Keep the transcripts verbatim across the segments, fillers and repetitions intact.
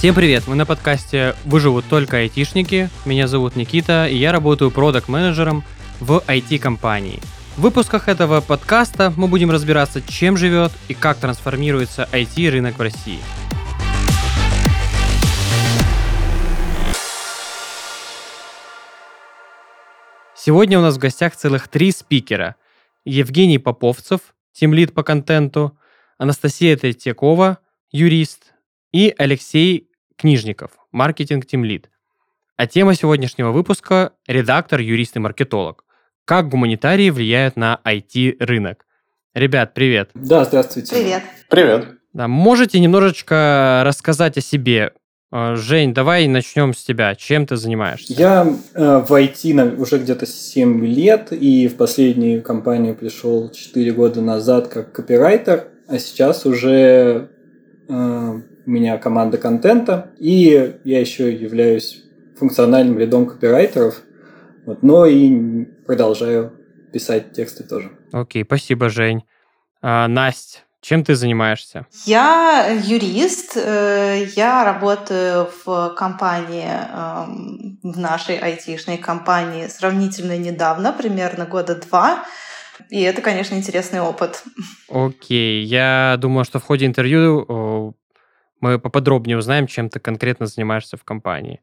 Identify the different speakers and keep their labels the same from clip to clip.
Speaker 1: Всем привет! Мы на подкасте «Выживут только айтишники». Меня зовут Никита, и я работаю продакт-менеджером в ай ти-компании. В выпусках этого подкаста мы будем разбираться, чем живет и как трансформируется ай ти-рынок в России. Сегодня у нас в гостях целых три спикера. Евгений Поповцев, тимлид по контенту, Анастасия Третьякова, юрист, и Алексей Книжников, маркетинг-тимлид. А тема сегодняшнего выпуска – редактор, юрист и маркетолог. Как гуманитарии влияют на ай ти-рынок. Ребят, привет.
Speaker 2: Да, здравствуйте.
Speaker 3: Привет.
Speaker 4: Привет.
Speaker 1: Да, можете немножечко рассказать о себе? Жень, давай начнем с тебя. Чем ты занимаешься?
Speaker 2: Я э, в ай ти уже где-то семь лет, и в последнюю компанию пришел четыре года назад как копирайтер, а сейчас уже э, у меня команда контента, и я еще являюсь функциональным лидом копирайтеров, вот, но и продолжаю писать тексты тоже.
Speaker 1: Окей, спасибо, Жень. А, Настя, чем ты занимаешься?
Speaker 3: Я юрист, я работаю в компании, в нашей айтишной компании сравнительно недавно, примерно года два, и это, конечно, интересный опыт.
Speaker 1: Окей, я думаю, что в ходе интервью мы поподробнее узнаем, чем ты конкретно занимаешься в компании.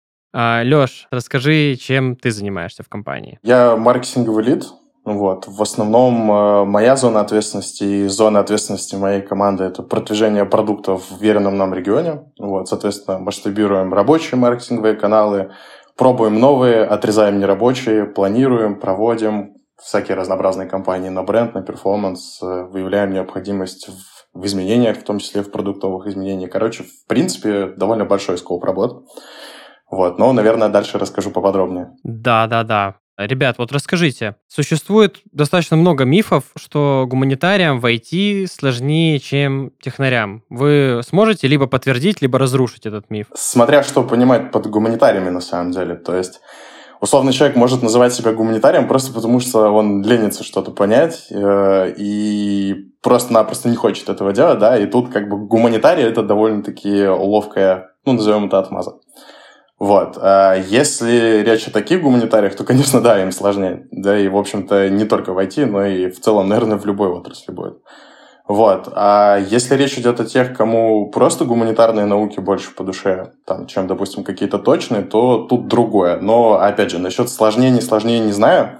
Speaker 1: А, Лёш, расскажи, чем ты занимаешься в компании.
Speaker 4: Я маркетинговый лид. Вот. В основном э, моя зона ответственности и зона ответственности моей команды – это продвижение продуктов в веренном нам регионе. Вот. Соответственно, масштабируем рабочие маркетинговые каналы, пробуем новые, отрезаем нерабочие, планируем, проводим всякие разнообразные кампании на бренд, на перформанс, э, выявляем необходимость в в изменениях, в том числе в продуктовых изменениях. Короче, в принципе, довольно большой скоп работ. Вот. Но, наверное, дальше расскажу поподробнее.
Speaker 1: Да-да-да. Ребят, вот расскажите. Существует достаточно много мифов, что гуманитариям в ай ти сложнее, чем технарям. Вы сможете либо подтвердить, либо разрушить этот миф?
Speaker 4: Смотря что понимать под гуманитариями на самом деле. То есть условный человек может называть себя гуманитарием просто потому, что он ленится что-то понять э, и просто-напросто не хочет этого делать, да, и тут как бы гуманитарий – это довольно-таки ловкая, ну, назовем это, отмаза. Вот. А если речь о таких гуманитариях, то, конечно, да, им сложнее, да, и, в общем-то, не только в ай ти, но и в целом, наверное, в любой отрасли будет. Вот. А если речь идет о тех, кому просто гуманитарные науки больше по душе, там, чем, допустим, какие-то точные, то тут другое. Но, опять же, насчет сложнее, не сложнее, не знаю.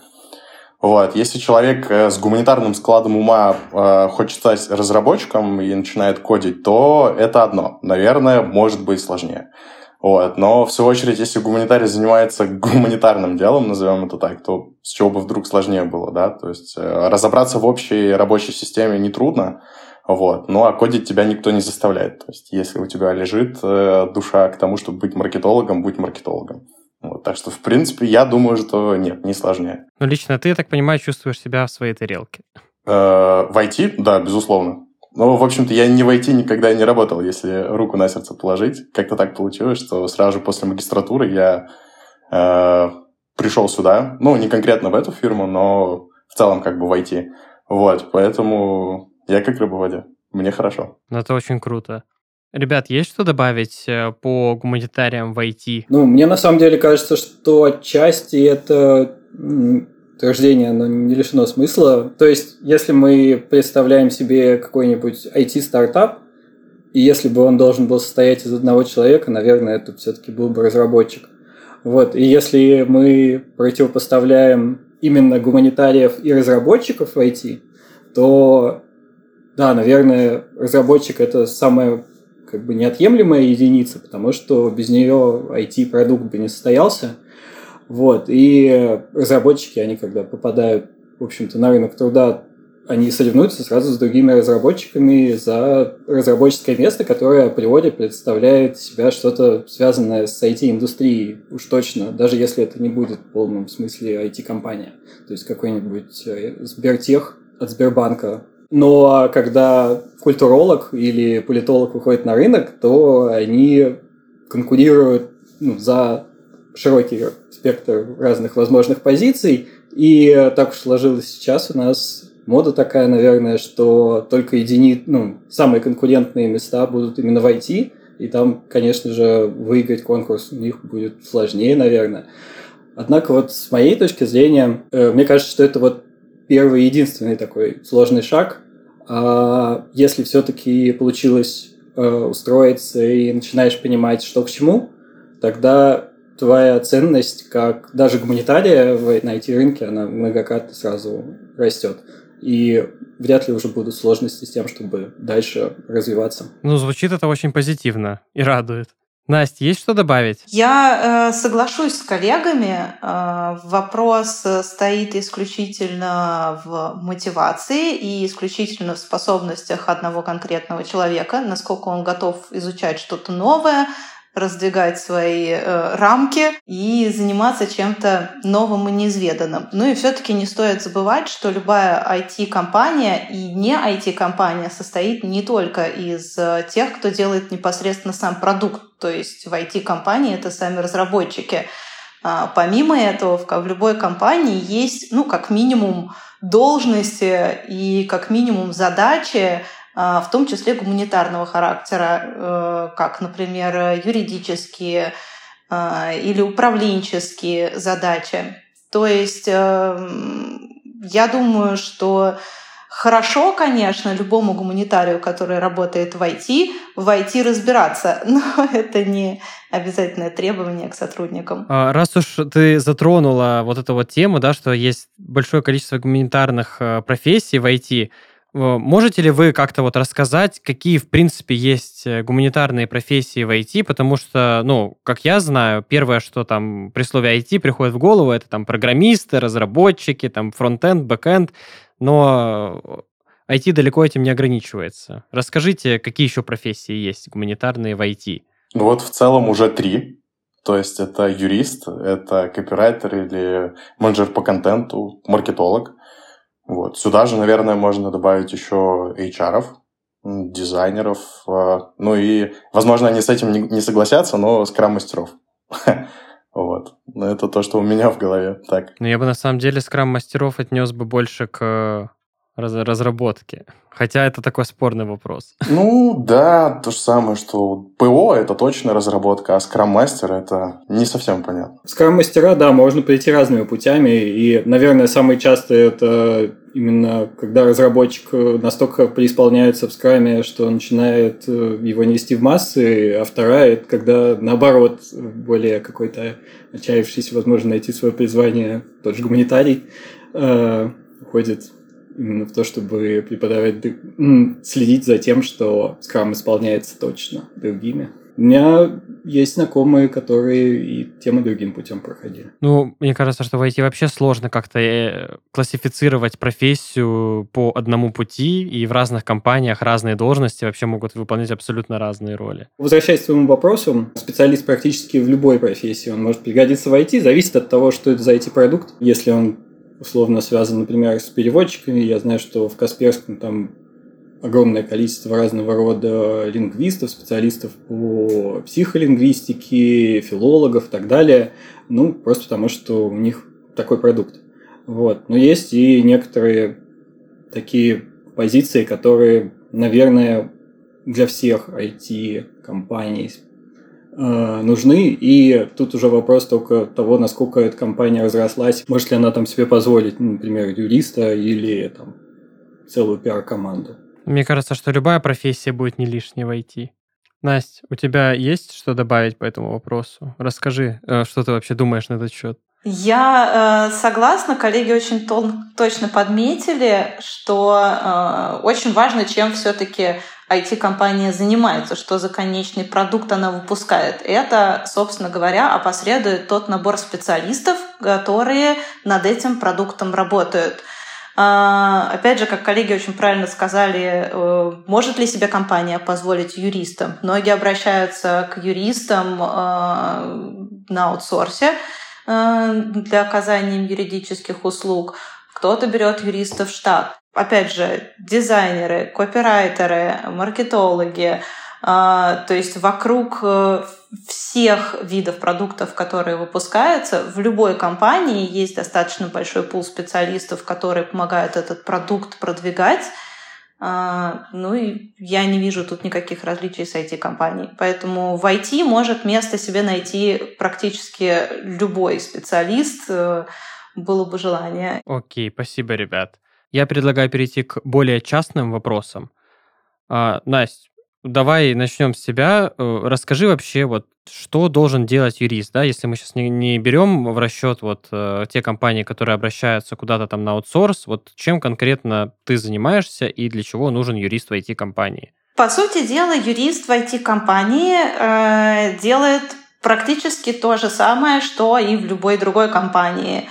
Speaker 4: Вот. Если человек с гуманитарным складом ума э, хочет стать разработчиком и начинает кодить, то это одно. Наверное, может быть сложнее. Вот. Но, в свою очередь, если гуманитарий занимается гуманитарным делом, назовем это так, то с чего бы вдруг сложнее было, да? То есть э, разобраться в общей рабочей системе нетрудно, вот, ну а кодить тебя никто не заставляет. То есть если у тебя лежит э, душа к тому, чтобы быть маркетологом, будь маркетологом. Вот. Так что, в принципе, я думаю, что нет, не сложнее.
Speaker 1: Ну, лично ты, я так понимаю, чувствуешь себя в своей тарелке.
Speaker 4: Э, в ай ти? Да, безусловно. Ну, в общем-то, я не в ай ти никогда не работал, если руку на сердце положить. Как-то так получилось, что сразу же после магистратуры я э, пришел сюда. Ну, не конкретно в эту фирму, но в целом как бы в ай ти. Вот, поэтому я как рыба в воде. Мне хорошо.
Speaker 1: Ну, это очень круто. Ребят, есть что добавить по гуманитариям в ай ти?
Speaker 2: Ну, мне на самом деле кажется, что отчасти это утверждение, оно не лишено смысла. То есть, если мы представляем себе какой-нибудь ай ти-стартап, и если бы он должен был состоять из одного человека, наверное, это все-таки был бы разработчик. Вот. И если мы противопоставляем именно гуманитариев и разработчиков в ай ти, то, да, наверное, разработчик – это самая как бы неотъемлемая единица, потому что без нее ай ти-продукт бы не состоялся. Вот. И разработчики, они когда попадают, в общем-то, на рынок труда, они соревнуются сразу с другими разработчиками за разработческое место, которое априори представляет себя что-то связанное с ай ти-индустрией, уж точно, даже если это не будет в полном смысле ай ти-компания. То есть какой-нибудь Сбертех от Сбербанка. Но когда культуролог или политолог выходит на рынок, то они конкурируют ну, за широкий спектр разных возможных позиций. И так уж сложилось сейчас у нас мода такая, наверное, что только едини... ну, самые конкурентные места будут именно в ай ти, И там, конечно же, выиграть конкурс у них будет сложнее, наверное. Однако вот с моей точки зрения, мне кажется, что это вот первый и единственный такой сложный шаг. А если все-таки получилось устроиться и начинаешь понимать, что к чему, тогда твоя ценность, как даже гуманитария на ай ти-рынке, она многократно сразу растет. И вряд ли уже будут сложности с тем, чтобы дальше развиваться.
Speaker 1: Ну, звучит это очень позитивно и радует. Настя, есть что добавить?
Speaker 3: Я э, соглашусь с коллегами. Э, вопрос стоит исключительно в мотивации и исключительно в способностях одного конкретного человека, насколько он готов изучать что-то новое, раздвигать свои э, рамки и заниматься чем-то новым и неизведанным. Ну и все-таки не стоит забывать, что любая ай ти-компания и не ай ти-компания состоит не только из тех, кто делает непосредственно сам продукт. То есть в ай ти-компании это сами разработчики. А, помимо этого, в, в любой компании есть, ну, как минимум, должности и как минимум задачи, в том числе гуманитарного характера, как, например, юридические или управленческие задачи. То есть я думаю, что хорошо, конечно, любому гуманитарию, который работает в ай ти, в ай ти разбираться, но это не обязательное требование к сотрудникам.
Speaker 1: Раз уж ты затронула вот эту вот тему, да, что есть большое количество гуманитарных профессий в ай ти, можете ли вы как-то вот рассказать, какие, в принципе, есть гуманитарные профессии в ай ти? Потому что, ну, как я знаю, первое, что там при слове ай ти приходит в голову, это там программисты, разработчики, там фронт-энд, бэк-энд, но ай ти далеко этим не ограничивается. Расскажите, какие еще профессии есть гуманитарные в ай ти?
Speaker 4: Ну вот в целом уже три. То есть это юрист, это копирайтер или менеджер по контенту, маркетолог. Вот. Сюда же, наверное, можно добавить еще эйч ар-ов, дизайнеров, ну и, возможно, они с этим не согласятся, но скрам-мастеров. Вот. Это то, что у меня в голове. Так.
Speaker 1: Ну, я бы, на самом деле, скрам-мастеров отнес бы больше к разработке. Хотя это такой спорный вопрос.
Speaker 4: Ну, да, то же самое, что ПО — это точно разработка, а скрам-мастер — это не совсем понятно.
Speaker 2: Скрам-мастера, да, можно пройти разными путями, и, наверное, самое частое это именно когда разработчик настолько преисполняется в скраме, что начинает его нести в массы, а вторая — это когда, наоборот, более какой-то отчаявшийся, возможно, найти свое призвание, тот же гуманитарий, уходит именно в то, чтобы преподавать, следить за тем, что скрам исполняется точно другими. У меня есть знакомые, которые и тем и другим путем проходили.
Speaker 1: Ну, мне кажется, что в ай ти вообще сложно как-то классифицировать профессию по одному пути, и в разных компаниях разные должности вообще могут выполнять абсолютно разные роли.
Speaker 2: Возвращаясь к твоему вопросу, специалист практически в любой профессии, он может пригодиться в ай ти, зависит от того, что это за ай ти-продукт. Если он условно связан, например, с переводчиками. Я знаю, что в Касперском там огромное количество разного рода лингвистов, специалистов по психолингвистике, филологов и так далее. Ну, просто потому, что у них такой продукт. Вот. Но есть и некоторые такие позиции, которые, наверное, для всех ай ти-компаний нужны, и тут уже вопрос только того, насколько эта компания разрослась, может ли она там себе позволить, например, юриста или там целую пиар-команду.
Speaker 1: Мне кажется, что любая профессия будет не лишней в ай ти. Настя, у тебя есть что добавить по этому вопросу? Расскажи, что ты вообще думаешь на этот счет.
Speaker 3: Я э, согласна, коллеги очень тон, точно подметили, что э, очень важно, чем все-таки ай ти-компания занимается, что за конечный продукт она выпускает. Это, собственно говоря, опосредует тот набор специалистов, которые над этим продуктом работают. Э, опять же, как коллеги очень правильно сказали, э, может ли себе компания позволить юристам? Многие обращаются к юристам э, на аутсорсе для оказания им юридических услуг. Кто-то берет юристов в штат. Опять же, дизайнеры, копирайтеры, маркетологи. То есть вокруг всех видов продуктов, которые выпускаются, в любой компании есть достаточно большой пул специалистов, которые помогают этот продукт продвигать. Ну и я не вижу тут никаких различий с ай ти-компанией. Поэтому в ай ти может место себе найти практически любой специалист, было бы желание.
Speaker 1: Окей, спасибо, ребят. Я предлагаю перейти к более частным вопросам. А, Настя, давай начнем с тебя. Расскажи вообще, вот, что должен делать юрист, да, если мы сейчас не, не берем в расчет вот э, те компании, которые обращаются куда-то там на аутсорс, вот чем конкретно ты занимаешься и для чего нужен юрист в ай ти-компании?
Speaker 3: По сути дела, юрист в ай ти-компании э, делает практически то же самое, что и в любой другой компании.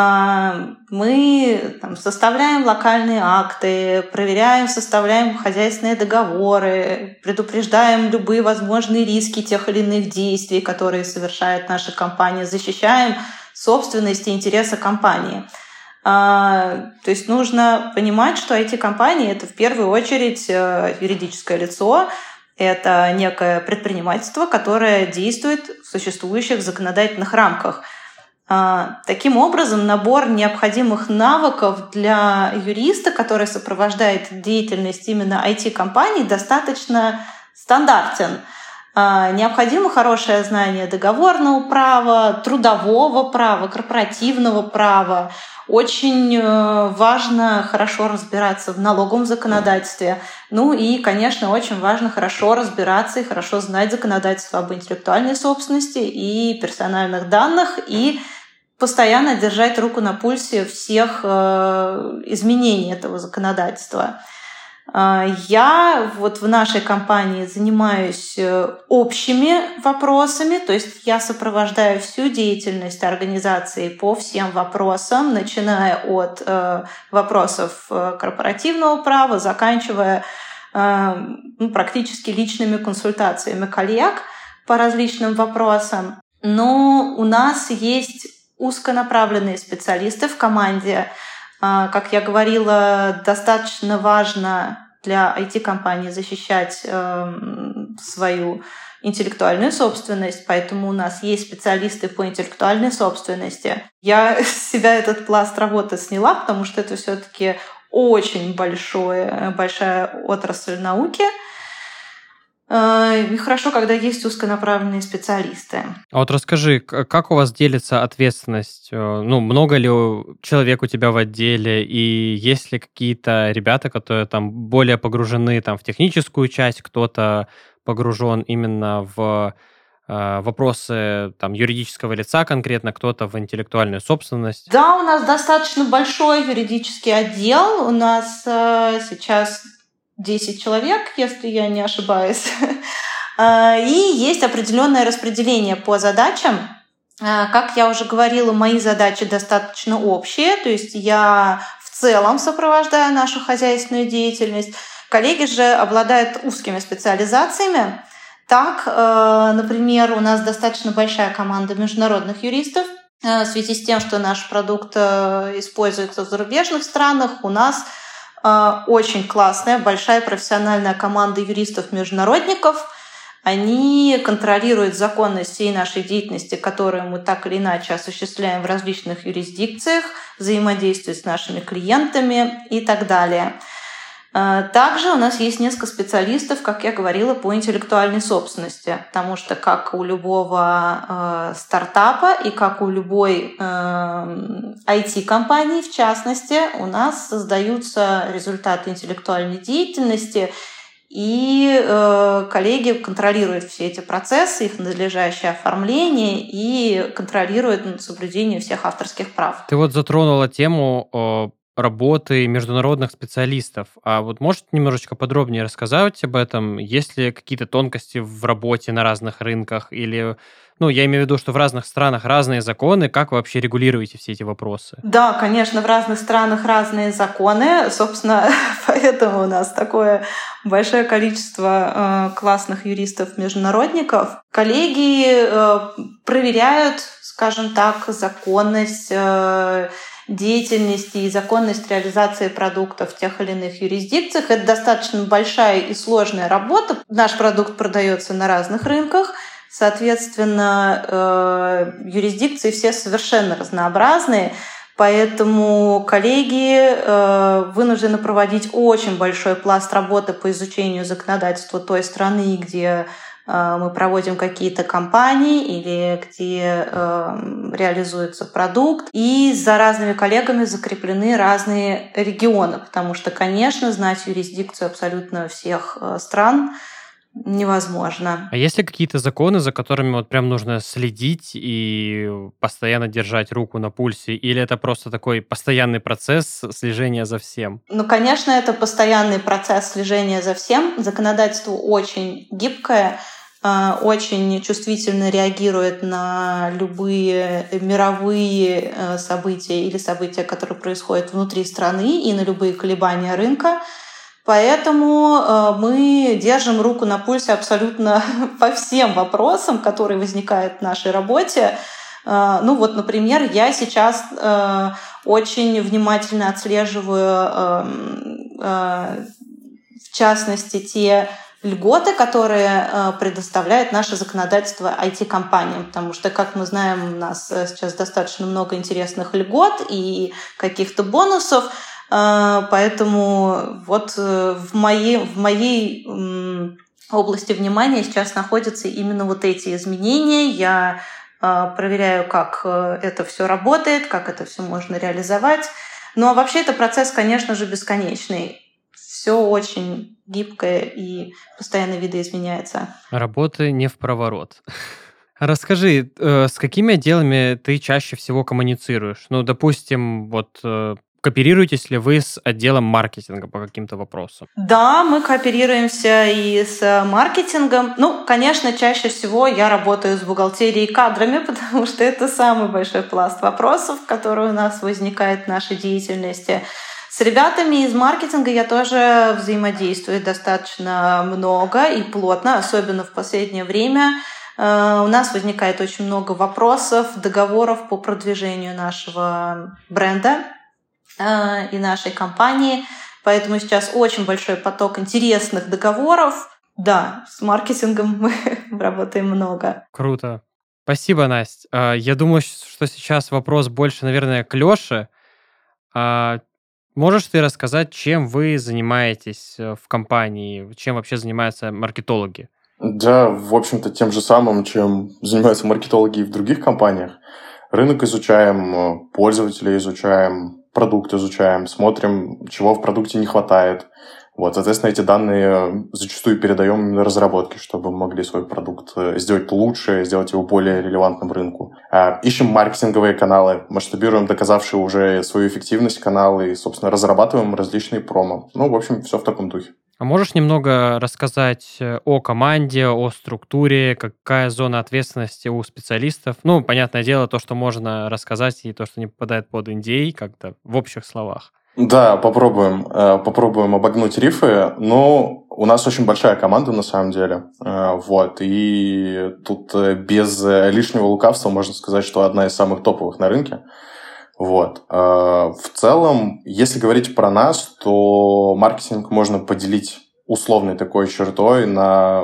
Speaker 3: Мы там составляем локальные акты, проверяем, составляем хозяйственные договоры, предупреждаем любые возможные риски тех или иных действий, которые совершает наша компания, защищаем собственность и интересы компании. То есть нужно понимать, что ай ти-компания — это в первую очередь юридическое лицо, это некое предпринимательство, которое действует в существующих законодательных рамках. Таким образом, набор необходимых навыков для юриста, который сопровождает деятельность именно ай ти-компаний, достаточно стандартен. Необходимо хорошее знание договорного права, трудового права, корпоративного права. Очень важно хорошо разбираться в налоговом законодательстве. Ну и, конечно, очень важно хорошо разбираться и хорошо знать законодательство об интеллектуальной собственности и персональных данных, и постоянно держать руку на пульсе всех изменений этого законодательства. Я вот в нашей компании занимаюсь общими вопросами, то есть я сопровождаю всю деятельность организации по всем вопросам, начиная от вопросов корпоративного права, заканчивая ну, практически личными консультациями коллег по различным вопросам. Но у нас есть узконаправленные специалисты в команде. Как я говорила, достаточно важно для ай ти-компании защищать свою интеллектуальную собственность, поэтому у нас есть специалисты по интеллектуальной собственности. Я с себя этот пласт работы сняла, потому что это все-таки очень большое, большая отрасль науки. И хорошо, когда есть узконаправленные специалисты.
Speaker 1: А вот расскажи, как у вас делится ответственность? Ну, много ли человек у тебя в отделе, и есть ли какие-то ребята, которые там более погружены там, в техническую часть, кто-то погружен именно в э, вопросы там, юридического лица конкретно, кто-то в интеллектуальную собственность?
Speaker 3: Да, у нас достаточно большой юридический отдел. У нас э, сейчас десять человек, если я не ошибаюсь. И есть определенное распределение по задачам. Как я уже говорила, мои задачи достаточно общие, то есть я в целом сопровождаю нашу хозяйственную деятельность. Коллеги же обладают узкими специализациями. Так, например, у нас достаточно большая команда международных юристов. В связи с тем, что наш продукт используется в зарубежных странах, у нас очень классная, большая профессиональная команда юристов-международников. Они контролируют законность всей нашей деятельности, которую мы так или иначе осуществляем в различных юрисдикциях, взаимодействуют с нашими клиентами и так далее. Также у нас есть несколько специалистов, как я говорила, по интеллектуальной собственности, потому что как у любого э, стартапа и как у любой э, ай ти-компании, в частности, у нас создаются результаты интеллектуальной деятельности, и э, коллеги контролируют все эти процессы, их надлежащее оформление и контролируют соблюдение всех авторских прав.
Speaker 1: Ты вот затронула тему о работы международных специалистов. А вот можете немножечко подробнее рассказать об этом? Есть ли какие-то тонкости в работе на разных рынках? Или, ну, я имею в виду, что в разных странах разные законы. Как вы вообще регулируете все эти вопросы?
Speaker 3: Да, конечно, в разных странах разные законы. Собственно, поэтому у нас такое большое количество э, классных юристов-международников. Коллеги э, проверяют, скажем так, законность э, деятельности и законность реализации продуктов в тех или иных юрисдикциях. Это достаточно большая и сложная работа. Наш продукт продается на разных рынках. Соответственно, юрисдикции все совершенно разнообразные. Поэтому коллеги э, вынуждены проводить очень большой пласт работы по изучению законодательства той страны, где э, мы проводим какие-то кампании или где э, реализуется продукт. И за разными коллегами закреплены разные регионы, потому что, конечно, знать юрисдикцию абсолютно всех э, стран невозможно.
Speaker 1: А есть ли какие-то законы, за которыми вот прям нужно следить и постоянно держать руку на пульсе? Или это просто такой постоянный процесс слежения за всем?
Speaker 3: Ну, конечно, это постоянный процесс слежения за всем. Законодательство очень гибкое, очень чувствительно реагирует на любые мировые события или события, которые происходят внутри страны, и на любые колебания рынка. Поэтому э, мы держим руку на пульсе абсолютно по всем вопросам, которые возникают в нашей работе. Э, ну вот, например, я сейчас э, очень внимательно отслеживаю, э, э, в частности, те льготы, которые э, предоставляет наше законодательство ай ти-компаниям, потому что, как мы знаем, у нас сейчас достаточно много интересных льгот и каких-то бонусов. Поэтому вот в моей, в моей области внимания сейчас находятся именно вот эти изменения. Я проверяю, как это все работает, как это все можно реализовать. Ну а вообще это процесс, конечно же, бесконечный. Все очень гибкое и постоянно видоизменяется.
Speaker 1: Работы не впроворот. Расскажи, с какими отделами ты чаще всего коммуницируешь? Ну, допустим, вот... Кооперируетесь ли вы с отделом маркетинга по каким-то вопросам?
Speaker 3: Да, мы кооперируемся и с маркетингом. Ну, конечно, чаще всего я работаю с бухгалтерией и кадрами, потому что это самый большой пласт вопросов, который у нас возникает в нашей деятельности. С ребятами из маркетинга я тоже взаимодействую достаточно много и плотно, особенно в последнее время. У нас возникает очень много вопросов, договоров по продвижению нашего бренда и нашей компании. Поэтому сейчас очень большой поток интересных договоров. Да, с маркетингом мы работаем много.
Speaker 1: Круто. Спасибо, Настя. Я думаю, что сейчас вопрос больше, наверное, к Лёше. Можешь ты рассказать, чем вы занимаетесь в компании? Чем вообще занимаются маркетологи?
Speaker 4: Да, в общем-то, тем же самым, чем занимаются маркетологи и в других компаниях. Рынок изучаем, пользователей изучаем, продукт изучаем, смотрим, чего в продукте не хватает. Вот, соответственно, эти данные зачастую передаем именно разработке, чтобы мы могли свой продукт сделать лучше, сделать его более релевантным рынку. Ищем маркетинговые каналы, масштабируем доказавшие уже свою эффективность каналы и, собственно, разрабатываем различные промо. Ну, в общем, все в таком духе.
Speaker 1: А можешь немного рассказать о команде, о структуре, какая зона ответственности у специалистов? Ну, понятное дело, то, что можно рассказать, и то, что не попадает под эн ди эй, как-то в общих словах.
Speaker 4: Да, попробуем. Попробуем обогнуть рифы. Но у нас очень большая команда, на самом деле. Вот. И тут без лишнего лукавства можно сказать, что одна из самых топовых на рынке. Вот. В целом, если говорить про нас, то маркетинг можно поделить условной такой чертой на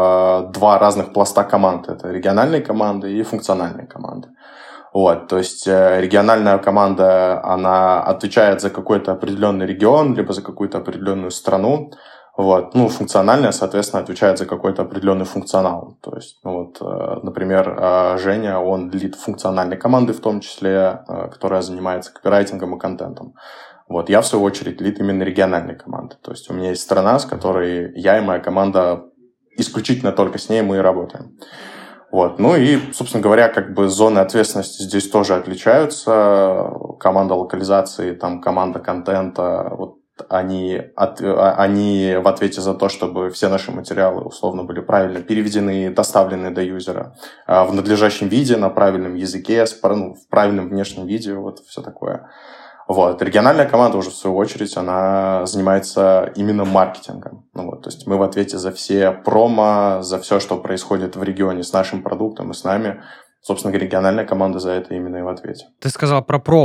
Speaker 4: два разных пласта команд. Это региональные команды и функциональные команды. Вот, то есть региональная команда, она отвечает за какой-то определенный регион, либо за какую-то определенную страну. Вот, ну, функциональная, соответственно, отвечает за какой-то определенный функционал. То есть, ну, вот, например, Женя, он лид функциональной команды в том числе, которая занимается копирайтингом и контентом. Вот, я, в свою очередь, лид именно региональной команды. То есть у меня есть страна, с которой я и моя команда, исключительно только с ней мы и работаем. Вот. Ну и, собственно говоря, как бы зоны ответственности здесь тоже отличаются. Команда локализации, там, команда контента, вот они, от, они в ответе за то, чтобы все наши материалы условно были правильно переведены, доставлены до юзера в надлежащем виде, на правильном языке, ну, в правильном внешнем виде, вот все такое. Вот. Региональная команда уже, в свою очередь, она занимается именно маркетингом. Ну, вот. То есть мы в ответе за все промо, за все, что происходит в регионе с нашим продуктом и с нами. Собственно, региональная команда за это именно и в ответе.
Speaker 1: Ты сказал про промо.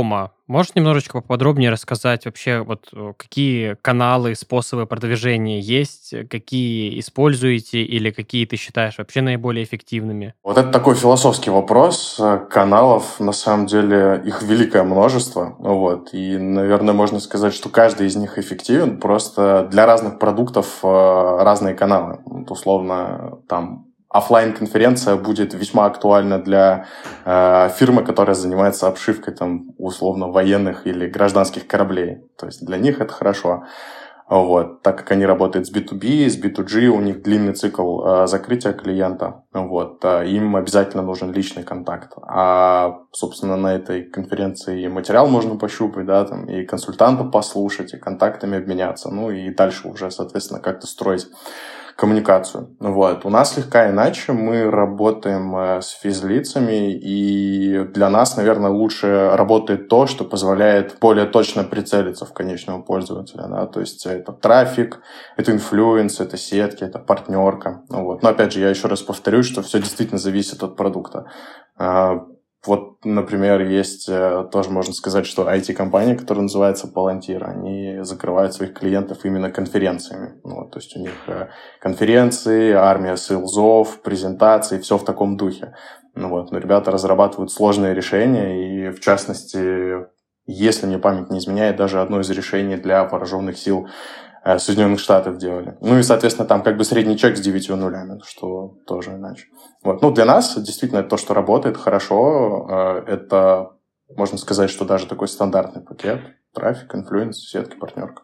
Speaker 1: Можешь немножечко поподробнее рассказать вообще, вот какие каналы, способы продвижения есть, какие используете или какие ты считаешь вообще наиболее эффективными?
Speaker 4: Вот это такой философский вопрос. Каналов, на самом деле, их великое множество. Вот. И, наверное, можно сказать, что каждый из них эффективен. Просто для разных продуктов разные каналы. Вот, условно, там офлайн-конференция будет весьма актуальна для э, фирмы, которая занимается обшивкой там, условно военных или гражданских кораблей. То есть для них это хорошо. Вот. Так как они работают с би ту би, с би ту джи, у них длинный цикл э, закрытия клиента. Вот. Э, им обязательно нужен личный контакт. А, собственно, на этой конференции и материал можно пощупать, да, там, и консультанта послушать, и контактами обменяться. Ну и дальше уже, соответственно, как-то строить коммуникацию. Вот. У нас слегка иначе. Мы работаем с физлицами, и для нас, наверное, лучше работает то, что позволяет более точно прицелиться в конечного пользователя. Да? То есть это трафик, это инфлюенс, это сетки, это партнерка. Вот. Но опять же, я еще раз повторюсь, что все действительно зависит от продукта. Вот, например, есть, тоже можно сказать, что ай ти-компания, которая называется Palantir, они закрывают своих клиентов именно конференциями. Вот, то есть у них конференции, армия сейлзов, презентации, все в таком духе. Ну, вот, но ребята разрабатывают сложные решения, и в частности, если мне память не изменяет, даже одно из решений для вооруженных сил Соединенных Штатов делали. Ну и, соответственно, там как бы средний чек с девятью нулями, что тоже иначе. Вот. Ну, для нас действительно это то, что работает хорошо. Это, можно сказать, что даже такой стандартный пакет. Трафик, инфлюенс, сетки, партнерка.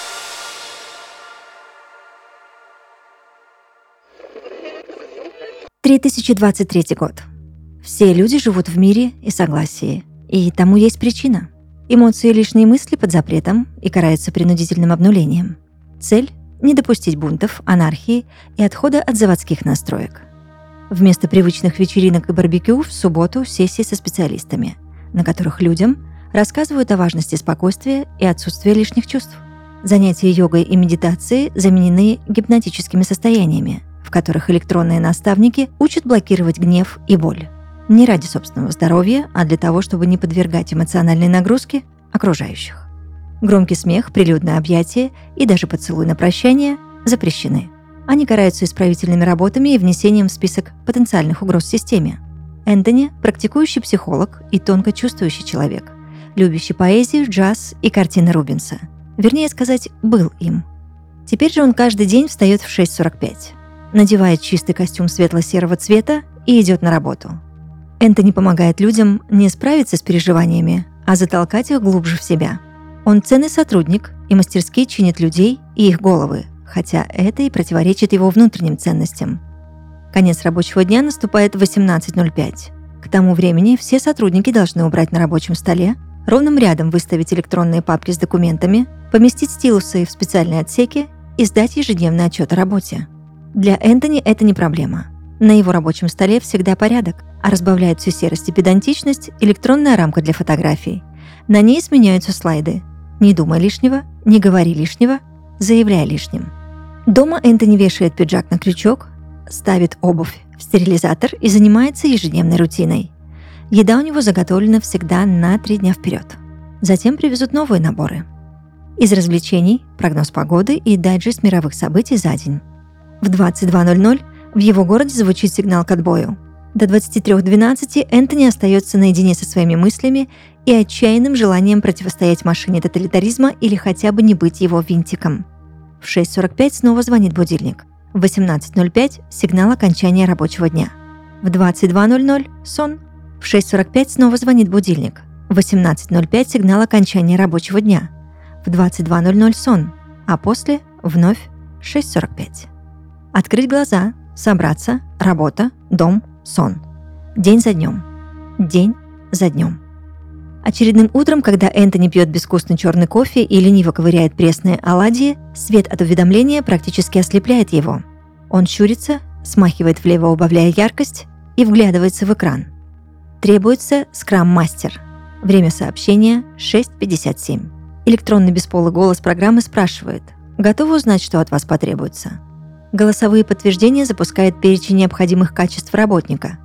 Speaker 5: две тысячи двадцать третий год. Все люди живут в мире и согласии. И тому есть причина. Эмоции и лишние мысли под запретом и караются принудительным обнулением. Цель – не допустить бунтов, анархии и отхода от заводских настроек. Вместо привычных вечеринок и барбекю в субботу сессии со специалистами, на которых людям рассказывают о важности спокойствия и отсутствия лишних чувств. Занятия йогой и медитацией заменены гипнотическими состояниями, в которых электронные наставники учат блокировать гнев и боль. Не ради собственного здоровья, а для того, чтобы не подвергать эмоциональной нагрузке окружающих. Громкий смех, прилюдное объятие и даже поцелуй на прощание запрещены. Они караются исправительными работами и внесением в список потенциальных угроз системе. Энтони – практикующий психолог и тонко чувствующий человек, любящий поэзию, джаз и картины Рубенса. Вернее сказать, был им. Теперь же он каждый день встает в шесть сорок пять, надевает чистый костюм светло-серого цвета и идет на работу. Энтони помогает людям не справиться с переживаниями, а затолкать их глубже в себя. Он ценный сотрудник и мастерски чинит людей и их головы, хотя это и противоречит его внутренним ценностям. Конец рабочего дня наступает в восемнадцать ноль пять. К тому времени все сотрудники должны убрать на рабочем столе, ровным рядом выставить электронные папки с документами, поместить стилусы в специальные отсеки и сдать ежедневный отчет о работе. Для Энтони это не проблема. На его рабочем столе всегда порядок, а разбавляет всю серость и педантичность электронная рамка для фотографий. На ней сменяются слайды. Не думай лишнего, не говори лишнего, заявляй лишним. Дома Энтони вешает пиджак на крючок, ставит обувь в стерилизатор и занимается ежедневной рутиной. Еда у него заготовлена всегда на три дня вперед. Затем привезут новые наборы. Из развлечений – прогноз погоды и дайджест мировых событий за день. В двадцать два ноль ноль в его городе звучит сигнал к отбою. До двадцати трёх двенадцати Энтони остается наедине со своими мыслями и отчаянным желанием противостоять машине тоталитаризма или хотя бы не быть его винтиком. В шесть сорок пять снова звонит будильник. В восемнадцать ноль пять сигнал окончания рабочего дня. В двадцать два ноль ноль сон. В шесть сорок пять снова звонит будильник. В восемнадцать ноль пять сигнал окончания рабочего дня. В двадцать два ноль ноль сон. А после вновь шесть сорок пять. Открыть глаза, собраться, работа, дом, сон. День за днем. День за днем. Очередным утром, когда Энтони пьет безвкусный черный кофе и лениво ковыряет пресные оладьи, свет от уведомления практически ослепляет его. Он щурится, смахивает влево, убавляя яркость, и вглядывается в экран. Требуется скрам-мастер. Время сообщения шесть пятьдесят семь. Электронный бесполый голос программы спрашивает: «Готовы узнать, что от вас потребуется?» Голосовые подтверждения запускает перечень необходимых качеств работника.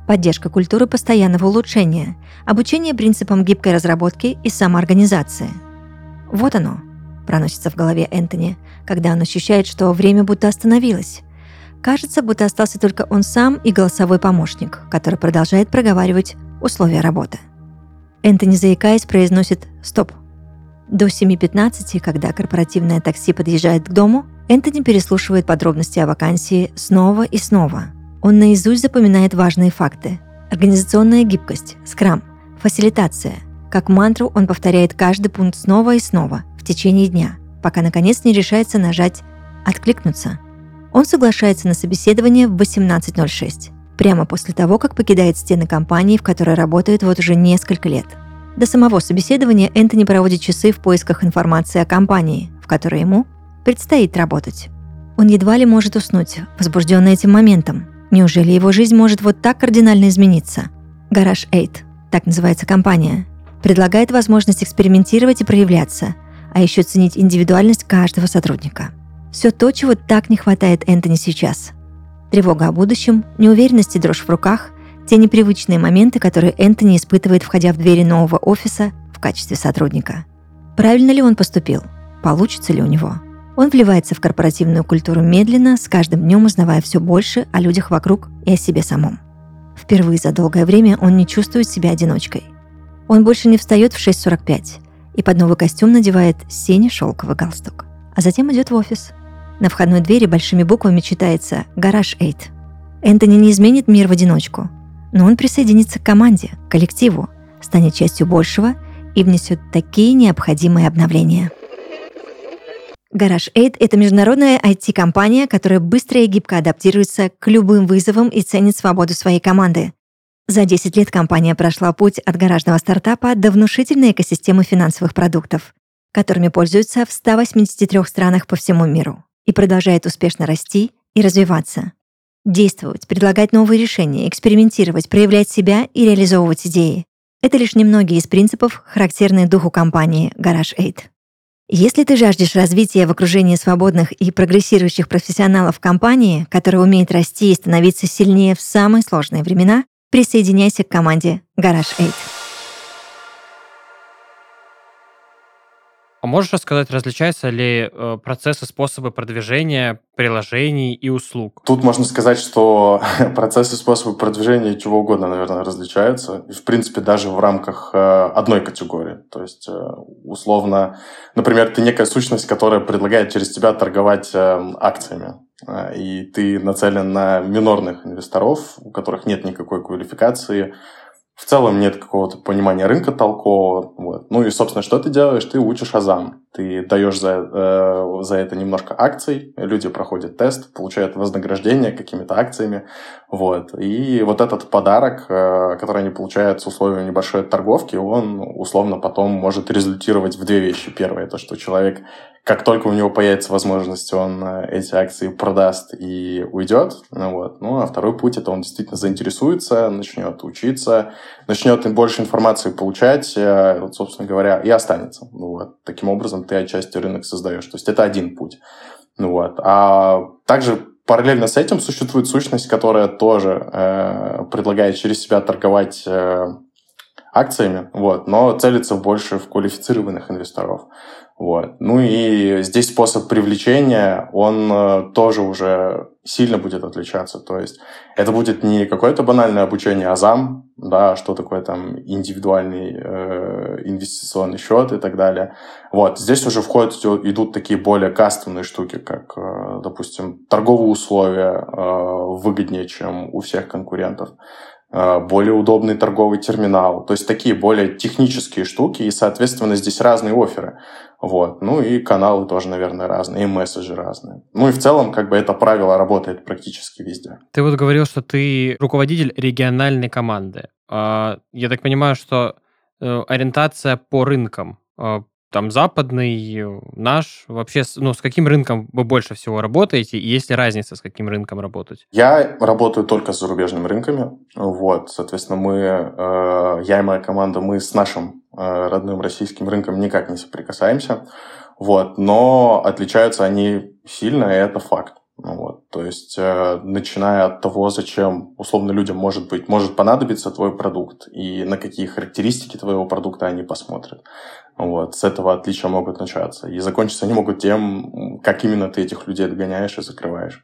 Speaker 5: поддержка культуры постоянного улучшения, обучение принципам гибкой разработки и самоорганизации. Вот оно, проносится в голове Энтони, когда он ощущает, что время будто остановилось. Кажется, будто остался только он сам и голосовой помощник, который продолжает проговаривать условия работы. Энтони, заикаясь, произносит «стоп». До семи пятнадцати, когда корпоративное такси подъезжает к дому, Энтони переслушивает подробности о вакансии снова и снова. Он наизусть запоминает важные факты. Организационная гибкость, скрам, фасилитация. Как мантру он повторяет каждый пункт снова и снова в течение дня, пока наконец не решается нажать «откликнуться». Он соглашается на собеседование в восемнадцать ноль шесть, прямо после того, как покидает стены компании, в которой работает вот уже несколько лет. До самого собеседования Энтони проводит часы в поисках информации о компании, в которой ему предстоит работать. Он едва ли может уснуть, возбужденный этим моментом. Неужели его жизнь может вот так кардинально измениться? Garage восемь, так называется компания, предлагает возможность экспериментировать и проявляться, а еще ценить индивидуальность каждого сотрудника. Все то, чего так не хватает Энтони сейчас. Тревога о будущем, неуверенность и дрожь в руках – те непривычные моменты, которые Энтони испытывает, входя в двери нового офиса в качестве сотрудника. Правильно ли он поступил? Получится ли у него? Он вливается в корпоративную культуру медленно, с каждым днем узнавая все больше о людях вокруг и о себе самом. Впервые за долгое время он не чувствует себя одиночкой. Он больше не встает в шесть сорок пять и под новый костюм надевает синий шелковый галстук, а затем идет в офис. На входной двери большими буквами читается «Garage восемь». Энтони не изменит мир в одиночку, но он присоединится к команде, коллективу, станет частью большего и внесет такие необходимые обновления. Garage восемь — это международная ай ти-компания, которая быстро и гибко адаптируется к любым вызовам и ценит свободу своей команды. За десять лет компания прошла путь от гаражного стартапа до внушительной экосистемы финансовых продуктов, которыми пользуются в ста восьмидесяти трёх странах по всему миру, и продолжает успешно расти и развиваться. Действовать, предлагать новые решения, экспериментировать, проявлять себя и реализовывать идеи — это лишь немногие из принципов, характерные духу компании Garage восемь. Если ты жаждешь развития в окружении свободных и прогрессирующих профессионалов компании, которая умеет расти и становиться сильнее в самые сложные времена, присоединяйся к команде Garage восемь.
Speaker 1: А можешь рассказать, различаются ли э, процессы, способы продвижения приложений и услуг?
Speaker 4: Тут можно сказать, что процессы, способы продвижения чего угодно, наверное, различаются. И, в принципе, даже в рамках э, одной категории. То есть, э, условно, например, ты некая сущность, которая предлагает через тебя торговать э, акциями. Э, и ты нацелен на минорных инвесторов, у которых нет никакой квалификации, в целом нет какого-то понимания рынка толкового. Вот. Ну и, собственно, что ты делаешь? Ты учишь азам. Ты даешь за, э, за это немножко акций, люди проходят тест, получают вознаграждение какими-то акциями. Вот. И вот этот подарок, э, который они получают с условием небольшой торговки, он условно потом может результировать в две вещи. Первое, то, что человек, как только у него появится возможность, он эти акции продаст и уйдет. Ну, вот. Ну а второй путь, это он действительно заинтересуется, начнет учиться, начнет больше информации получать, э, вот, собственно говоря, и останется. Ну, вот. Таким образом, ты отчасти рынок создаешь. То есть это один путь. Ну, вот. А также параллельно с этим существует сущность, которая тоже э, предлагает через себя торговать э, акциями, вот, но целится больше в квалифицированных инвесторов. Вот. Ну и здесь способ привлечения, он э, тоже уже сильно будет отличаться. То есть это будет не какое-то банальное обучение азам, да, что такое там индивидуальный э, инвестиционный счет и так далее. Вот. Здесь уже входят, идут такие более кастомные штуки, как, э, допустим, торговые условия э, выгоднее, чем у всех конкурентов, более удобный торговый терминал. То есть такие более технические штуки, и, соответственно, здесь разные офферы. Вот. Ну и каналы тоже, наверное, разные, и месседжи разные. Ну и в целом, как бы это правило работает практически везде.
Speaker 1: Ты вот говорил, что ты руководитель региональной команды. Я так понимаю, что ориентация по рынкам, там западный, наш, вообще, ну, с каким рынком вы больше всего работаете, и есть ли разница, с каким рынком работать?
Speaker 4: Я работаю только с зарубежными рынками, вот, соответственно, мы, э, я и моя команда, мы с нашим э, родным российским рынком никак не соприкасаемся, вот, но отличаются они сильно, и это факт. Ну, вот. То есть, э, начиная от того, зачем, условно, людям может быть, может понадобиться твой продукт, и на какие характеристики твоего продукта они посмотрят. Вот. С этого отличия могут начаться. И закончиться они могут тем, как именно ты этих людей догоняешь и закрываешь.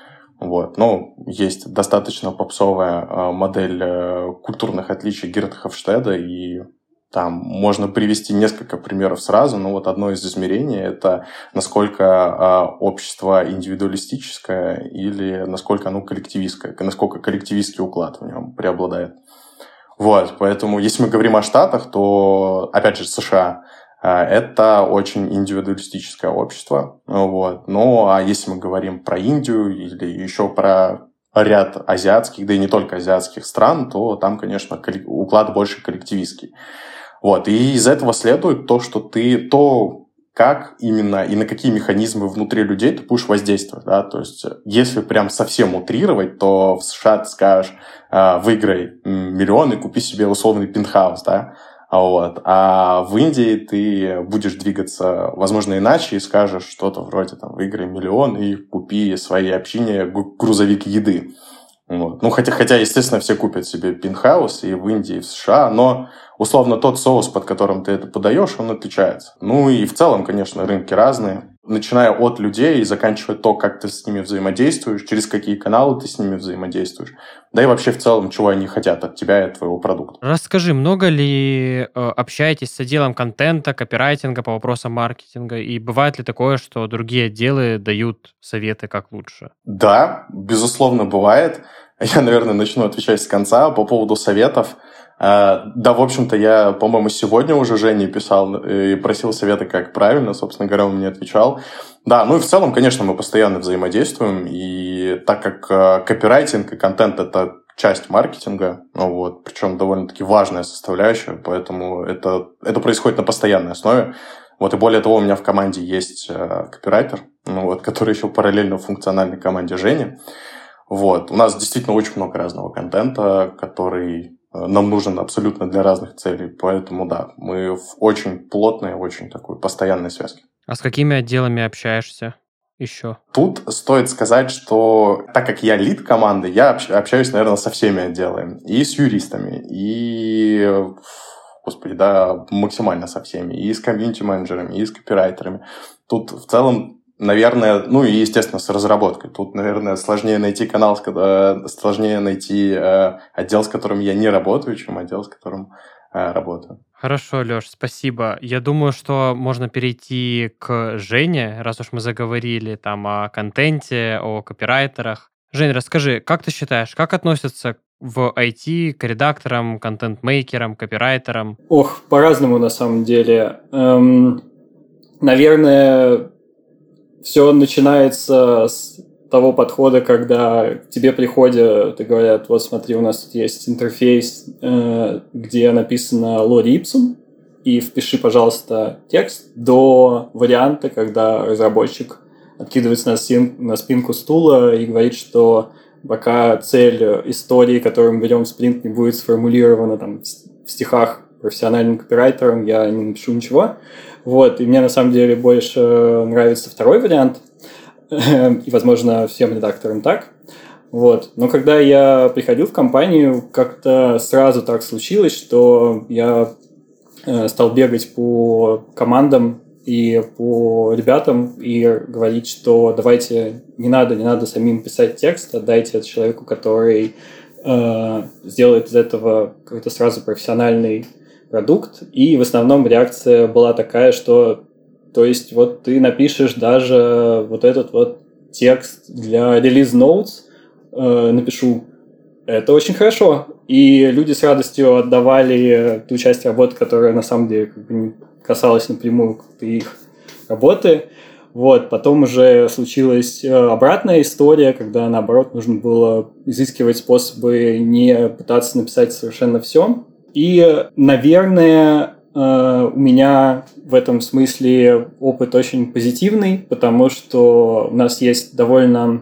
Speaker 4: Вот. Ну, есть достаточно попсовая э, модель э, культурных отличий Герта Хофштеда, и там можно привести несколько примеров сразу, но вот одно из измерений – это насколько э, общество индивидуалистическое или насколько оно коллективистское, насколько коллективистский уклад в нем преобладает. Вот, поэтому если мы говорим о Штатах, то, опять же, США – это очень индивидуалистическое общество. Вот. Ну, а если мы говорим про Индию или еще про ряд азиатских, да и не только азиатских стран, то там, конечно, уклад больше коллективистский. Вот. И из этого следует то, что ты то, как именно и на какие механизмы внутри людей ты будешь воздействовать. Да? То есть, если прям совсем утрировать, то в США ты скажешь, выиграй миллион и купи себе условный пентхаус, да? Вот. А в Индии ты будешь двигаться, возможно, иначе и скажешь что-то вроде там, выиграй миллион и купи своей общине грузовик еды. Вот. Ну, хотя, хотя, естественно, все купят себе пентхаус и в Индии, и в США, но, условно, тот соус, под которым ты это подаешь, он отличается. Ну, и в целом, конечно, рынки разные. Начиная от людей и заканчивая то, как ты с ними взаимодействуешь, через какие каналы ты с ними взаимодействуешь, да и вообще в целом, чего они хотят от тебя и от твоего продукта.
Speaker 1: Расскажи, много ли э, общаетесь с отделом контента, копирайтинга по вопросам маркетинга, и бывает ли такое, что другие отделы дают советы, как лучше?
Speaker 4: Да, безусловно, бывает. Я, наверное, начну отвечать с конца по поводу советов. Да, в общем-то, я, по-моему, сегодня уже Жене писал и просил совета, как правильно, собственно говоря, он мне отвечал. Да, ну и в целом, конечно, мы постоянно взаимодействуем, и так как копирайтинг и контент – это часть маркетинга, ну вот, причем довольно-таки важная составляющая, поэтому это, это происходит на постоянной основе. Вот, и более того, у меня в команде есть копирайтер, ну вот, который еще параллельно в функциональной команде Жени. Вот, у нас действительно очень много разного контента, который нам нужен абсолютно для разных целей. Поэтому, да, мы в очень плотной, очень такой постоянной связке.
Speaker 1: А с какими отделами общаешься еще?
Speaker 4: Тут стоит сказать, что так как я лид команды, я общаюсь, наверное, со всеми отделами. И с юристами, и, господи, да, максимально со всеми. И с комьюнити-менеджерами, и с копирайтерами. Тут в целом, наверное, ну и, естественно, с разработкой. Тут, наверное, сложнее найти канал, сложнее найти э, отдел, с которым я не работаю, чем отдел, с которым э, работаю.
Speaker 1: Хорошо, Лёш, спасибо. Я думаю, что можно перейти к Жене, раз уж мы заговорили там о контенте, о копирайтерах. Жень, расскажи, как ты считаешь, как относятся в ай ти к редакторам, контент-мейкерам, копирайтерам?
Speaker 2: Ох, по-разному на самом деле. Эм, наверное... Все начинается с того подхода, когда к тебе приходят и говорят, вот смотри, у нас тут есть интерфейс, э, где написано лори ipsum, и впиши, пожалуйста, текст, до варианта, когда разработчик откидывается на, стен, на спинку стула и говорит, что пока цель истории, которую мы берем в спринт, не будет сформулирована там, в стихах профессиональным копирайтером, я не напишу ничего. Вот, и мне на самом деле больше нравится второй вариант, и, возможно, всем редакторам так. Вот. Но когда я приходил в компанию, как-то сразу так случилось, что я стал бегать по командам и по ребятам и говорить, что давайте, не надо, не надо самим писать текст, отдайте это человеку, который э, сделает из этого какой-то сразу профессиональный продукт, и в основном реакция была такая, что то есть вот ты напишешь даже вот этот вот текст для release notes, э, напишу, это очень хорошо, и люди с радостью отдавали ту часть работы, которая на самом деле как бы не касалась напрямую их работы. Вот, потом уже случилась обратная история, когда, наоборот, нужно было изыскивать способы не пытаться написать совершенно все. И, наверное, у меня в этом смысле опыт очень позитивный, потому что у нас есть довольно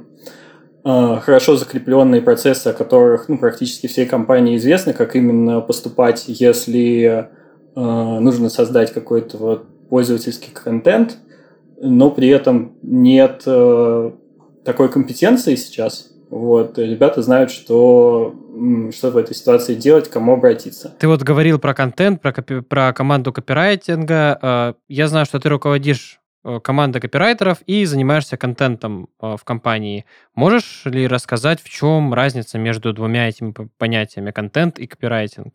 Speaker 2: хорошо закрепленные процессы, о которых ну, практически все компании известны, как именно поступать, если нужно создать какой-то вот пользовательский контент, но при этом нет такой компетенции сейчас. Вот, и ребята знают, что, что в этой ситуации делать, к кому обратиться.
Speaker 1: Ты вот говорил про контент, про, копи- про команду копирайтинга. Я знаю, что ты руководишь командой копирайтеров и занимаешься контентом в компании. Можешь ли рассказать, в чем разница между двумя этими понятиями, контент и копирайтинг?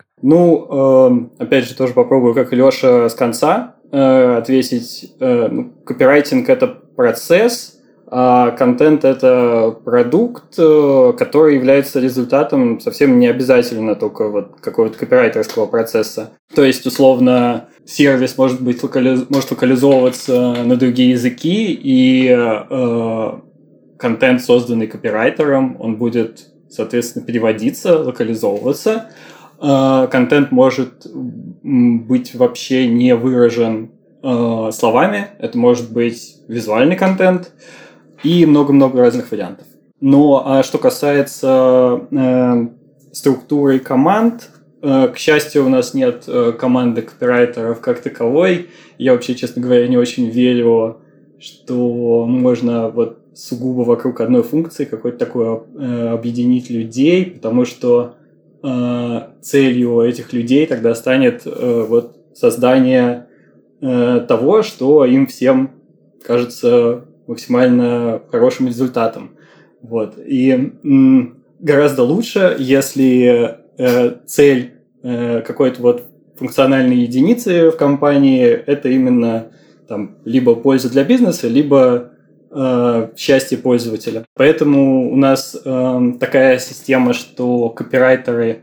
Speaker 2: Ну, опять же, тоже попробую, как и Леша, с конца ответить. Ну, копирайтинг – это процесс, а контент – это продукт, который является результатом совсем не обязательно только вот какого-то копирайтерского процесса. То есть, условно, сервис может быть локализ... может локализовываться на другие языки, и э, контент, созданный копирайтером, он будет, соответственно, переводиться, локализовываться. Э, контент может быть вообще не выражен э, словами, это может быть визуальный контент, и много-много разных вариантов. Но а что касается э, структуры команд, э, к счастью, у нас нет э, команды копирайтеров как таковой. Я вообще, честно говоря, не очень верю, что можно вот сугубо вокруг одной функции какой-то такой э, объединить людей, потому что э, целью этих людей тогда станет э, вот создание э, того, что им всем кажется максимально хорошим результатом. Вот. И м, гораздо лучше, если э, цель э, какой-то вот функциональной единицы в компании – это именно там, либо польза для бизнеса, либо э, счастье пользователя. Поэтому у нас э, такая система, что копирайтеры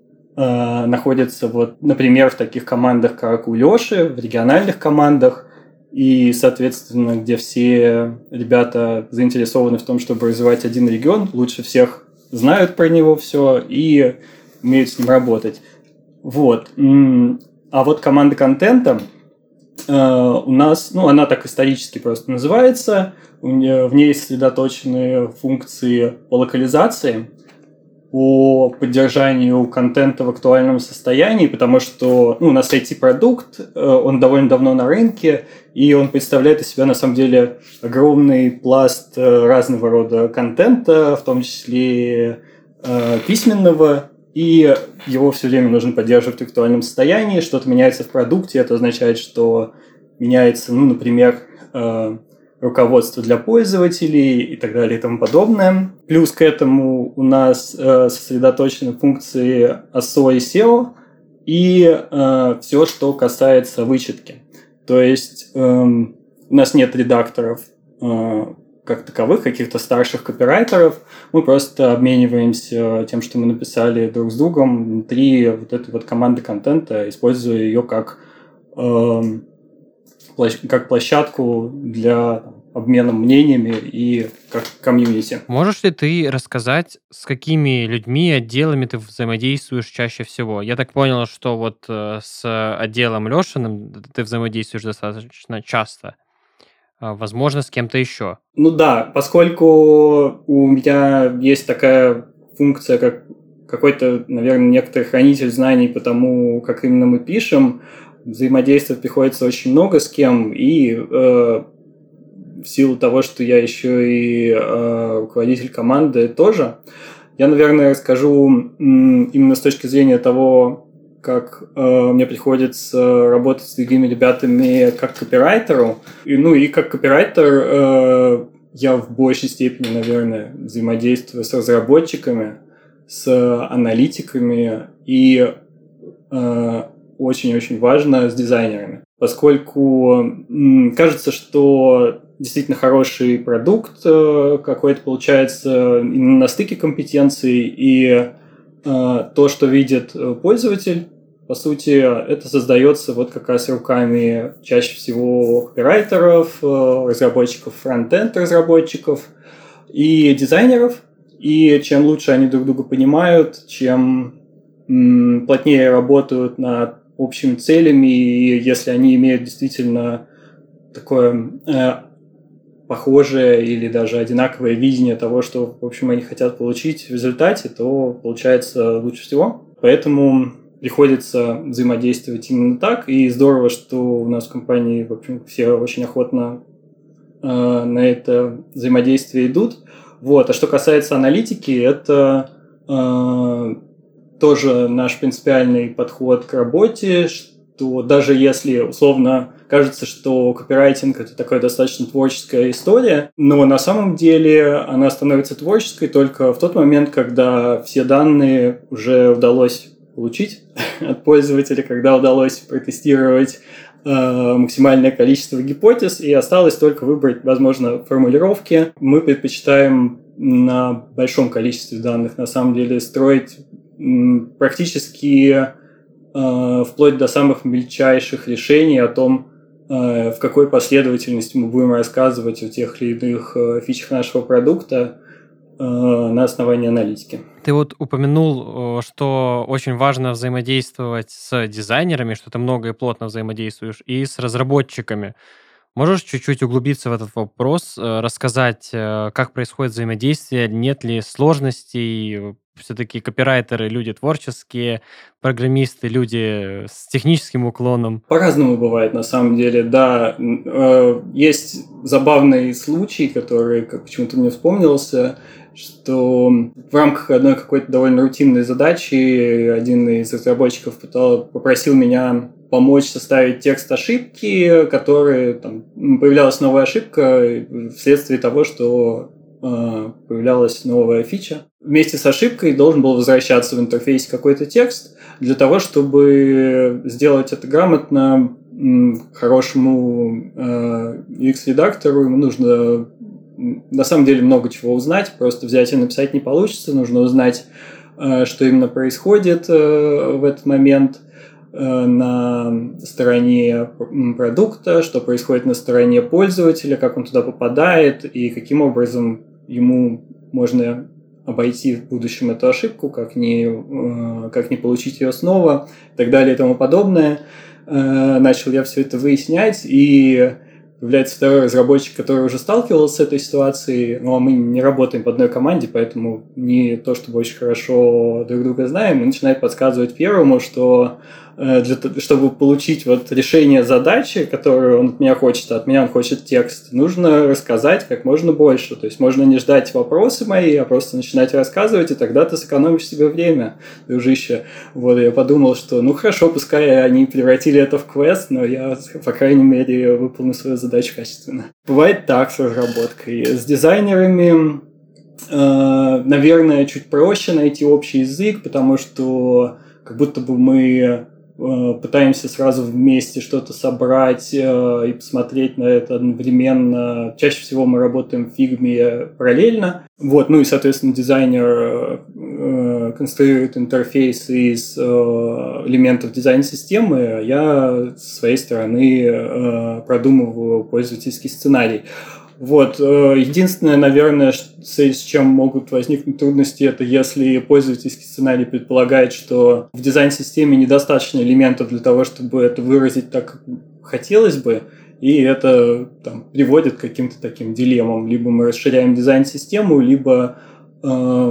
Speaker 2: э, находятся, вот, например, в таких командах, как у Лёши, в региональных командах, и, соответственно, где все ребята заинтересованы в том, чтобы развивать один регион, лучше всех знают про него все и умеют с ним работать. Вот. А вот команда контента э, у нас, ну, она так исторически просто называется, в ней сосредоточены функции по локализации, по поддержанию контента в актуальном состоянии, потому что ну, у нас ай ти-продукт, он довольно давно на рынке, и он представляет из себя, на самом деле, огромный пласт разного рода контента, в том числе э, письменного, и его все время нужно поддерживать в актуальном состоянии. Что-то меняется в продукте, это означает, что меняется, ну, например, э, руководство для пользователей и так далее и тому подобное. Плюс к этому у нас э, сосредоточены функции эй эс о и сео и э, все, что касается вычетки. То есть э, у нас нет редакторов э, как таковых, каких-то старших копирайтеров. Мы просто обмениваемся тем, что мы написали друг с другом внутри вот этой вот команды контента, используя ее как э, как площадку для там, обмена мнениями и как комьюнити.
Speaker 1: Можешь ли ты рассказать, с какими людьми и отделами ты взаимодействуешь чаще всего? Я так понял, что вот э, с отделом Лешиным ты взаимодействуешь достаточно часто. А, возможно, с кем-то еще.
Speaker 2: Ну да, поскольку у меня есть такая функция, как какой-то, наверное, некоторый хранитель знаний по тому, как именно мы пишем, взаимодействовать приходится очень много с кем, и э, в силу того, что я еще и э, руководитель команды тоже, я, наверное, расскажу м, именно с точки зрения того, как э, мне приходится работать с другими ребятами как копирайтеру. И, ну и как копирайтер э, я в большей степени, наверное, взаимодействую с разработчиками, с аналитиками и э, очень-очень важно с дизайнерами, поскольку м, кажется, что действительно хороший продукт э, какой-то получается именно на стыке компетенций, и э, то, что видит пользователь, по сути, это создается вот как раз руками чаще всего копирайтеров, э, разработчиков, фронт-энд разработчиков и дизайнеров. И чем лучше они друг друга понимают, чем м, плотнее работают над общими целями, и если они имеют действительно такое э, похожее или даже одинаковое видение того, что, в общем, они хотят получить в результате, то получается лучше всего. Поэтому приходится взаимодействовать именно так, и здорово, что у нас в компании, в общем, все очень охотно на это взаимодействие идут. Вот. А что касается аналитики, это э, тоже наш принципиальный подход к работе, что даже если условно кажется, что копирайтинг – это такая достаточно творческая история, но на самом деле она становится творческой только в тот момент, когда все данные уже удалось получить от пользователя, когда удалось протестировать э, максимальное количество гипотез, и осталось только выбрать, возможно, формулировки. Мы предпочитаем на большом количестве данных, на самом деле, строить м, практически э, вплоть до самых мельчайших решений о том, э, в какой последовательности мы будем рассказывать о тех или иных э, фичах нашего продукта э, на основании аналитики.
Speaker 1: Ты вот упомянул, что очень важно взаимодействовать с дизайнерами, что ты много и плотно взаимодействуешь, и с разработчиками. Можешь чуть-чуть углубиться в этот вопрос, рассказать, как происходит взаимодействие, нет ли сложностей? Все-таки копирайтеры – люди творческие, программисты – люди с техническим уклоном.
Speaker 2: По-разному бывает, на самом деле, да. Есть забавный случай, который как почему-то мне вспомнился, что в рамках одной какой-то довольно рутинной задачи один из разработчиков пытал, попросил меня помочь составить текст ошибки, который там, появлялась новая ошибка вследствие того, что э, появлялась новая фича. Вместе с ошибкой должен был возвращаться в интерфейсе какой-то текст. Для того, чтобы сделать это грамотно, хорошему э, ю экс-редактору ему нужно на самом деле много чего узнать, просто взять и написать не получится, нужно узнать, что именно происходит в этот момент на стороне продукта, что происходит на стороне пользователя, как он туда попадает и каким образом ему можно обойти в будущем эту ошибку, как не, как не получить ее снова и так далее и тому подобное. Начал я все это выяснять, и появляется второй разработчик, который уже сталкивался с этой ситуацией, но мы не работаем в одной команде, поэтому не то, чтобы очень хорошо друг друга знаем, и начинает подсказывать первому, что для, чтобы получить вот решение задачи, которую он от меня хочет, а от меня он хочет текст, нужно рассказать как можно больше. То есть можно не ждать вопросы мои, а просто начинать рассказывать, и тогда ты сэкономишь себе время, дружище. Вот, я подумал, что ну хорошо, пускай они превратили это в квест, но я, по крайней мере, выполню свою задачу качественно. Бывает так с разработкой. С дизайнерами, э, наверное, чуть проще найти общий язык, потому что как будто бы мы пытаемся сразу вместе что-то собрать э, и посмотреть на это одновременно. Чаще всего мы работаем в фигме параллельно. Вот, ну и, соответственно, дизайнер э, конструирует интерфейс из э, элементов дизайн-системы, а я с своей стороны э, продумываю пользовательский сценарий. Вот. Единственное, наверное, с чем могут возникнуть трудности, это если пользовательский сценарий предполагает, что в дизайн-системе недостаточно элементов для того, чтобы это выразить так, как хотелось бы, и это там, приводит к каким-то таким дилеммам. Либо мы расширяем дизайн-систему, либо э,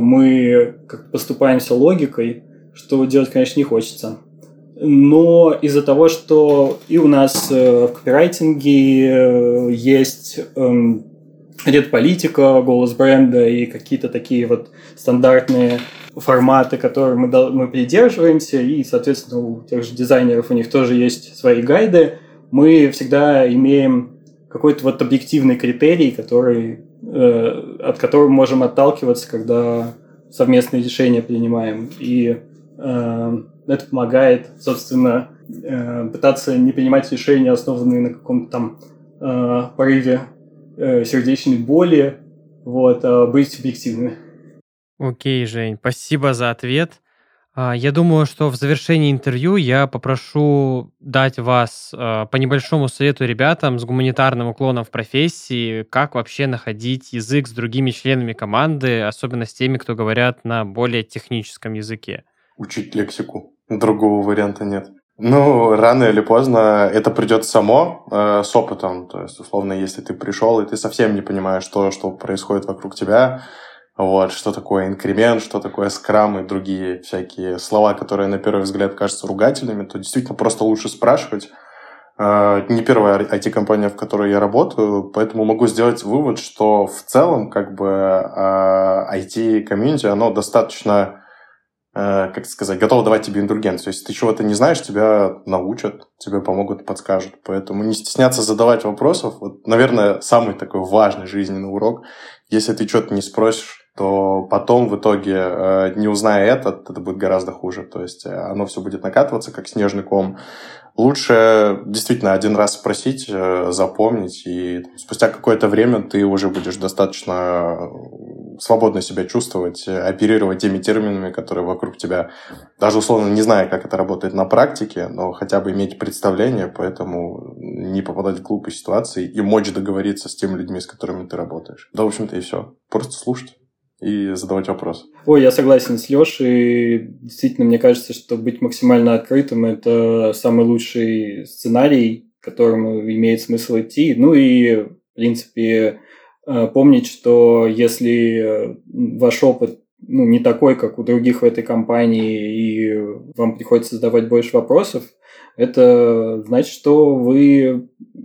Speaker 2: мы как поступаемся логикой, что делать, конечно, не хочется. Но из-за того, что и у нас э, в копирайтинге э, есть э, редполитика, голос бренда и какие-то такие вот стандартные форматы, которые мы, мы придерживаемся, и, соответственно, у тех же дизайнеров у них тоже есть свои гайды, мы всегда имеем какой-то вот объективный критерий, который, э, от которого можем отталкиваться, когда совместные решения принимаем. И э, это помогает, собственно, пытаться не принимать решения, основанные на каком-то там э, порыве э, сердечной боли, вот, а быть объективными.
Speaker 1: Окей, Жень, спасибо за ответ. Я думаю, что в завершении интервью я попрошу дать вас по небольшому совету ребятам с гуманитарным уклоном в профессии, как вообще находить язык с другими членами команды, особенно с теми, кто говорят на более техническом языке.
Speaker 4: Учить лексику. Другого варианта нет. Ну, рано или поздно это придет само э, с опытом. То есть, условно, если ты пришел, и ты совсем не понимаешь, что, что происходит вокруг тебя, вот, что такое инкремент, что такое скрам и другие всякие слова, которые на первый взгляд кажутся ругательными, то действительно просто лучше спрашивать. не первая ай ти-компания, в которой я работаю, поэтому могу сделать вывод, что в целом как бы ай ти-комьюнити, оно достаточно, как сказать, готово давать тебе индульгенцию. Если ты чего-то не знаешь, тебя научат, тебе помогут, подскажут. Поэтому не стесняться задавать вопросов. Вот, наверное, самый такой важный жизненный урок. Если ты что-то не спросишь, то потом в итоге, не узная это, это будет гораздо хуже. То есть оно все будет накатываться, как снежный ком. Лучше действительно один раз спросить, запомнить, и спустя какое-то время ты уже будешь достаточно свободно себя чувствовать, оперировать теми терминами, которые вокруг тебя, даже условно не зная, как это работает на практике, но хотя бы иметь представление, поэтому не попадать в глупые ситуации и мочь договориться с теми людьми, с которыми ты работаешь. Да, в общем-то, и все. Просто слушать и задавать вопросы.
Speaker 2: Ой, я согласен с Лешей. Действительно, мне кажется, что быть максимально открытым – это самый лучший сценарий, к которому имеет смысл идти. Ну и, в принципе, помнить, что если ваш опыт ну, не такой, как у других в этой компании, и вам приходится задавать больше вопросов, это значит, что вы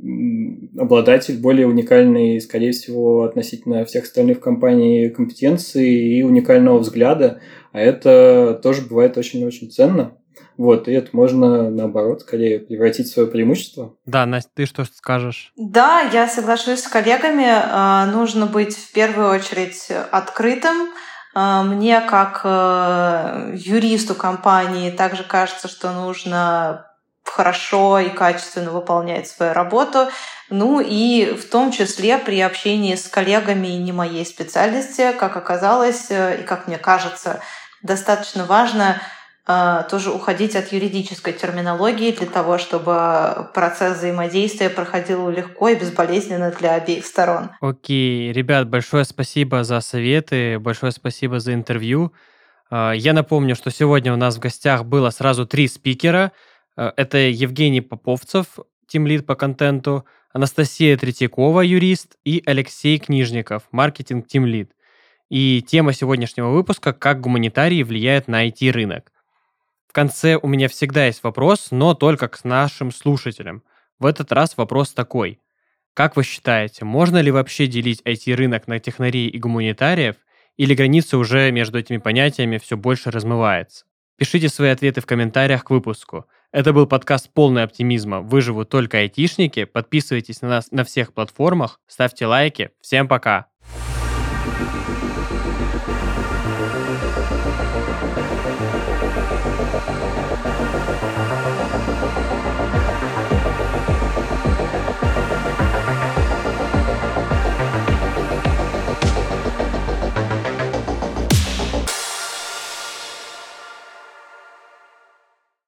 Speaker 2: обладатель более уникальной, скорее всего, относительно всех остальных в компании компетенции и уникального взгляда, а это тоже бывает очень-очень ценно. Вот, и это можно, наоборот, скорее превратить в свое преимущество.
Speaker 1: Да, Настя, ты что скажешь?
Speaker 3: Да, я соглашусь с коллегами. Нужно быть в первую очередь открытым. Мне, как юристу компании, также кажется, что нужно хорошо и качественно выполнять свою работу. Ну и в том числе при общении с коллегами не моей специальности, как оказалось, и как мне кажется, достаточно важно тоже уходить от юридической терминологии для того, чтобы процесс взаимодействия проходил легко и безболезненно для обеих сторон.
Speaker 1: Окей, ребят, большое спасибо за советы, большое спасибо за интервью. Я напомню, что сегодня у нас в гостях было сразу три спикера. Это Евгений Поповцев, тимлид по контенту, Анастасия Третьякова, юрист, и Алексей Книжников, маркетинг-тимлид. И тема сегодняшнего выпуска «Как гуманитарии влияют на ай ти-рынок». В конце у меня всегда есть вопрос, но только к нашим слушателям. В этот раз вопрос такой. Как вы считаете, можно ли вообще делить ай ти-рынок на технарей и гуманитариев, или граница уже между этими понятиями все больше размывается? Пишите свои ответы в комментариях к выпуску. Это был подкаст «Полный оптимизма. Выживут только айтишники». Подписывайтесь на нас на всех платформах, ставьте лайки. Всем пока!